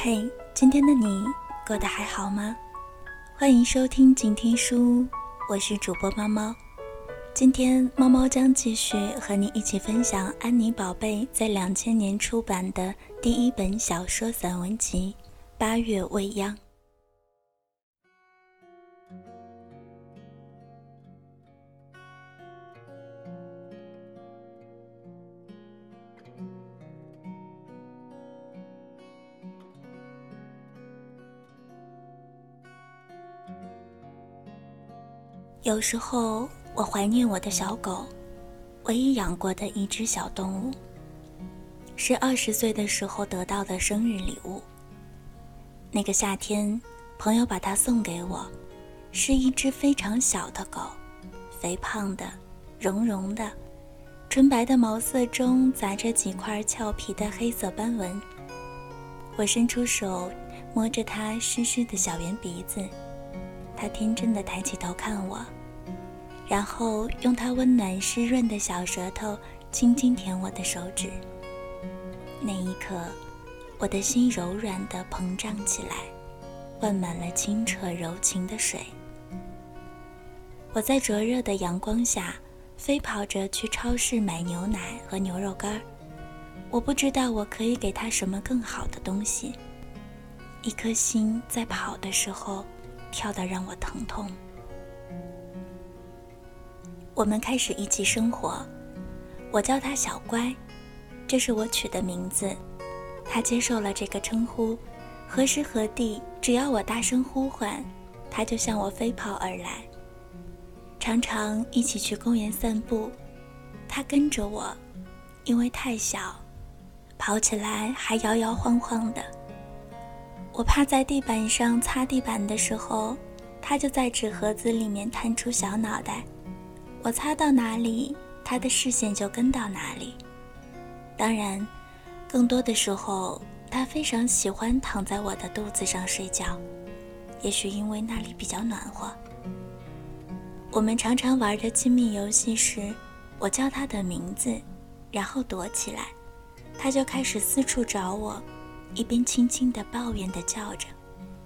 嘿，今天的你过得还好吗？欢迎收听静听书屋，我是主播猫猫。今天猫猫将继续和你一起分享安妮宝贝在2000年出版的第一本小说散文集《八月未央》。有时候我怀念我的小狗，唯一养过的一只小动物，是20岁的时候得到的生日礼物。那个夏天，朋友把它送给我，是一只非常小的狗，肥胖的，绒绒的，纯白的毛色中杂着几块俏皮的黑色斑纹。我伸出手摸着它湿湿的小圆鼻子，它天真地抬起头看我，然后用它温暖湿润的小舌头轻轻舔我的手指。那一刻，我的心柔软地膨胀起来，灌满了清澈柔情的水。我在灼热的阳光下飞跑着去超市买牛奶和牛肉干，我不知道我可以给它什么更好的东西。一颗心在跑的时候跳得让我疼痛。我们开始一起生活，我叫他小乖，这是我取的名字。他接受了这个称呼，何时何地，只要我大声呼唤，他就向我飞跑而来。常常一起去公园散步，他跟着我，因为太小，跑起来还摇摇晃晃的。我趴在地板上擦地板的时候，他就在纸盒子里面探出小脑袋，我擦到哪里，他的视线就跟到哪里。当然，更多的时候，他非常喜欢躺在我的肚子上睡觉，也许因为那里比较暖和。我们常常玩的亲密游戏时，我叫他的名字，然后躲起来，他就开始四处找我，一边轻轻地抱怨地叫着。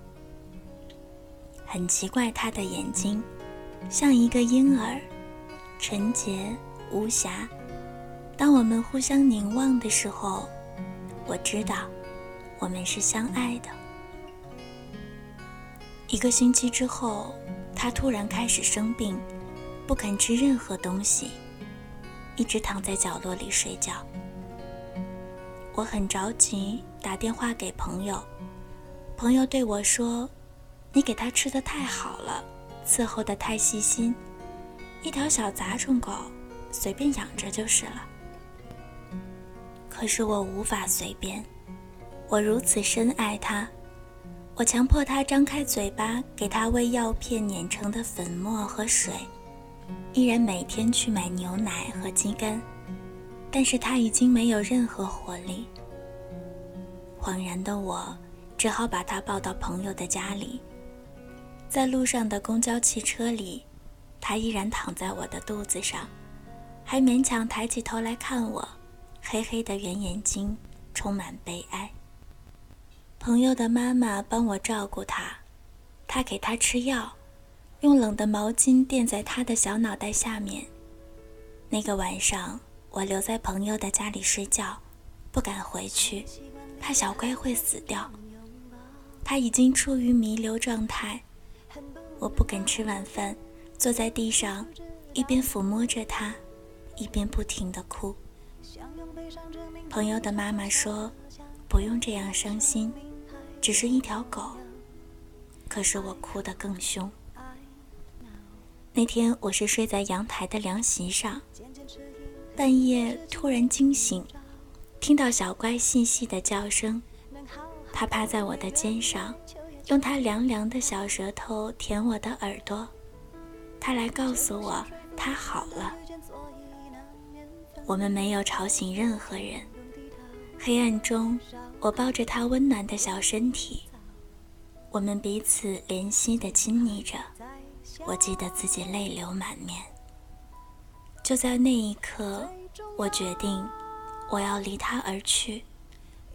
很奇怪，他的眼睛像一个婴儿，纯洁无瑕。当我们互相凝望的时候，我知道我们是相爱的。1个星期之后，他突然开始生病，不肯吃任何东西，一直躺在角落里睡觉。我很着急，打电话给朋友，朋友对我说，你给他吃得太好了，伺候得太细心，一条小杂种狗随便养着就是了。可是我无法随便，我如此深爱它，我强迫它张开嘴巴，给它喂药片碾成的粉末和水，依然每天去买牛奶和鸡肝，但是它已经没有任何活力。恍然的我只好把它抱到朋友的家里，在路上的公交汽车里，它依然躺在我的肚子上，还勉强抬起头来看我，黑黑的圆眼睛充满悲哀。朋友的妈妈帮我照顾它，她给它吃药，用冷的毛巾垫在它的小脑袋下面。那个晚上，我留在朋友的家里睡觉，不敢回去，怕小乖会死掉。它已经处于弥留状态，我不肯吃晚饭，坐在地上，一边抚摸着它，一边不停地哭。朋友的妈妈说，不用这样伤心，只是一条狗。可是我哭得更凶。那天我是睡在阳台的凉席上，半夜突然惊醒，听到小乖细细的叫声，他趴在我的肩上，用他凉凉的小舌头舔我的耳朵，他来告诉我他好了。我们没有吵醒任何人，黑暗中我抱着他温暖的小身体，我们彼此怜惜地亲昵着，我记得自己泪流满面。就在那一刻，我决定我要离他而去。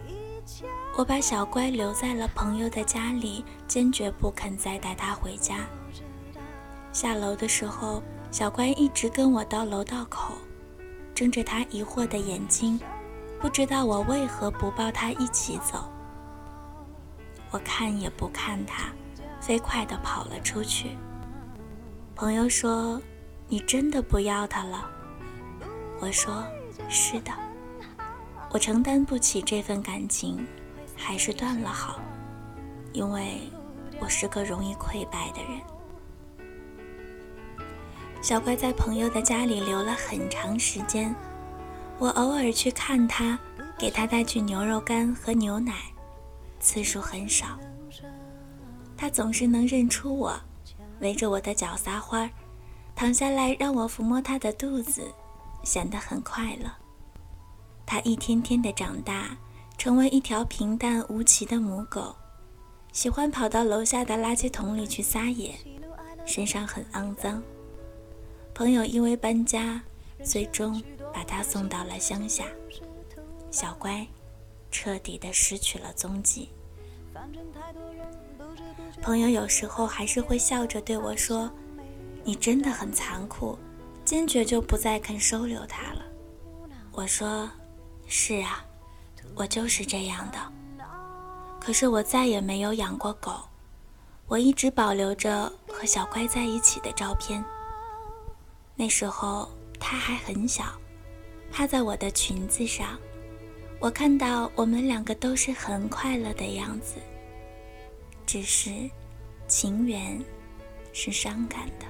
我把小乖留在了朋友的家里，坚决不肯再带他回家。下楼的时候，小乖一直跟我到楼道口，睁着他疑惑的眼睛，不知道我为何不抱他一起走。我看也不看他，飞快地跑了出去。朋友说：“你真的不要他了？”我说：“是的，我承担不起这份感情，还是断了好，因为我是个容易溃败的人。”小乖在朋友的家里留了很长时间，我偶尔去看他，给他带去牛肉干和牛奶，次数很少。他总是能认出我，围着我的脚撒欢，躺下来让我抚摸他的肚子，显得很快乐。他一天天的长大，成为一条平淡无奇的母狗，喜欢跑到楼下的垃圾桶里去撒野，身上很肮脏。朋友因为搬家，最终把他送到了乡下。小乖彻底的失去了踪迹。朋友有时候还是会笑着对我说：“你真的很残酷，坚决就不再肯收留他了。”我说：“是啊，我就是这样的。可是我再也没有养过狗，我一直保留着和小乖在一起的照片。那时候他还很小，趴在我的裙子上，我看到我们两个都是很快乐的样子。只是情缘是伤感的。”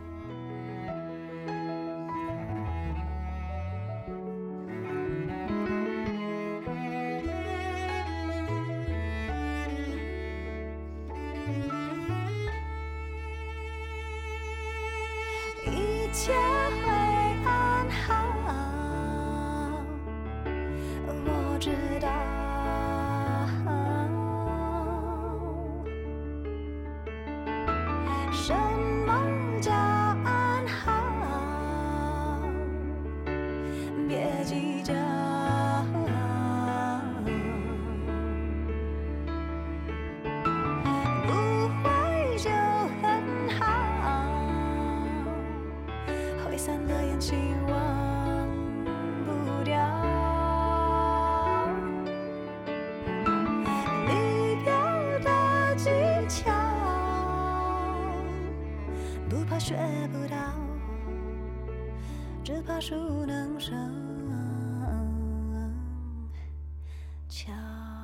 一切会安好，我知道。什么叫安好？别计较。不会就很好，挥散的烟气忘不掉。离别的技巧，不怕学不到，只怕熟能生巧。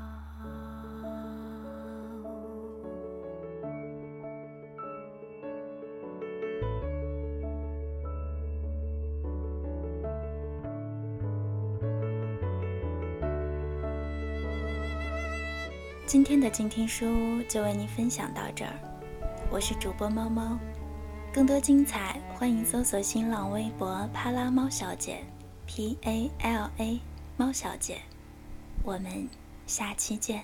今天的静听书就为您分享到这儿，我是主播猫猫，更多精彩欢迎搜索新浪微博帕拉猫小姐 PALA 猫小姐，我们下期见。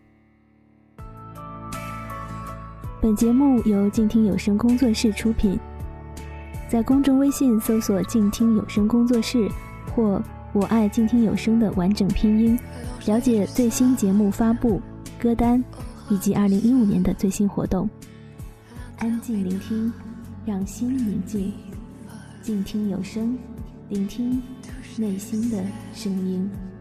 本节目由静听有声工作室出品，在公众微信搜索静听有声工作室或我爱静听有声的完整拼音，了解最新节目发布、歌单以及2015年的最新活动。安静聆听，让心宁静，静听有声，聆听内心的声音。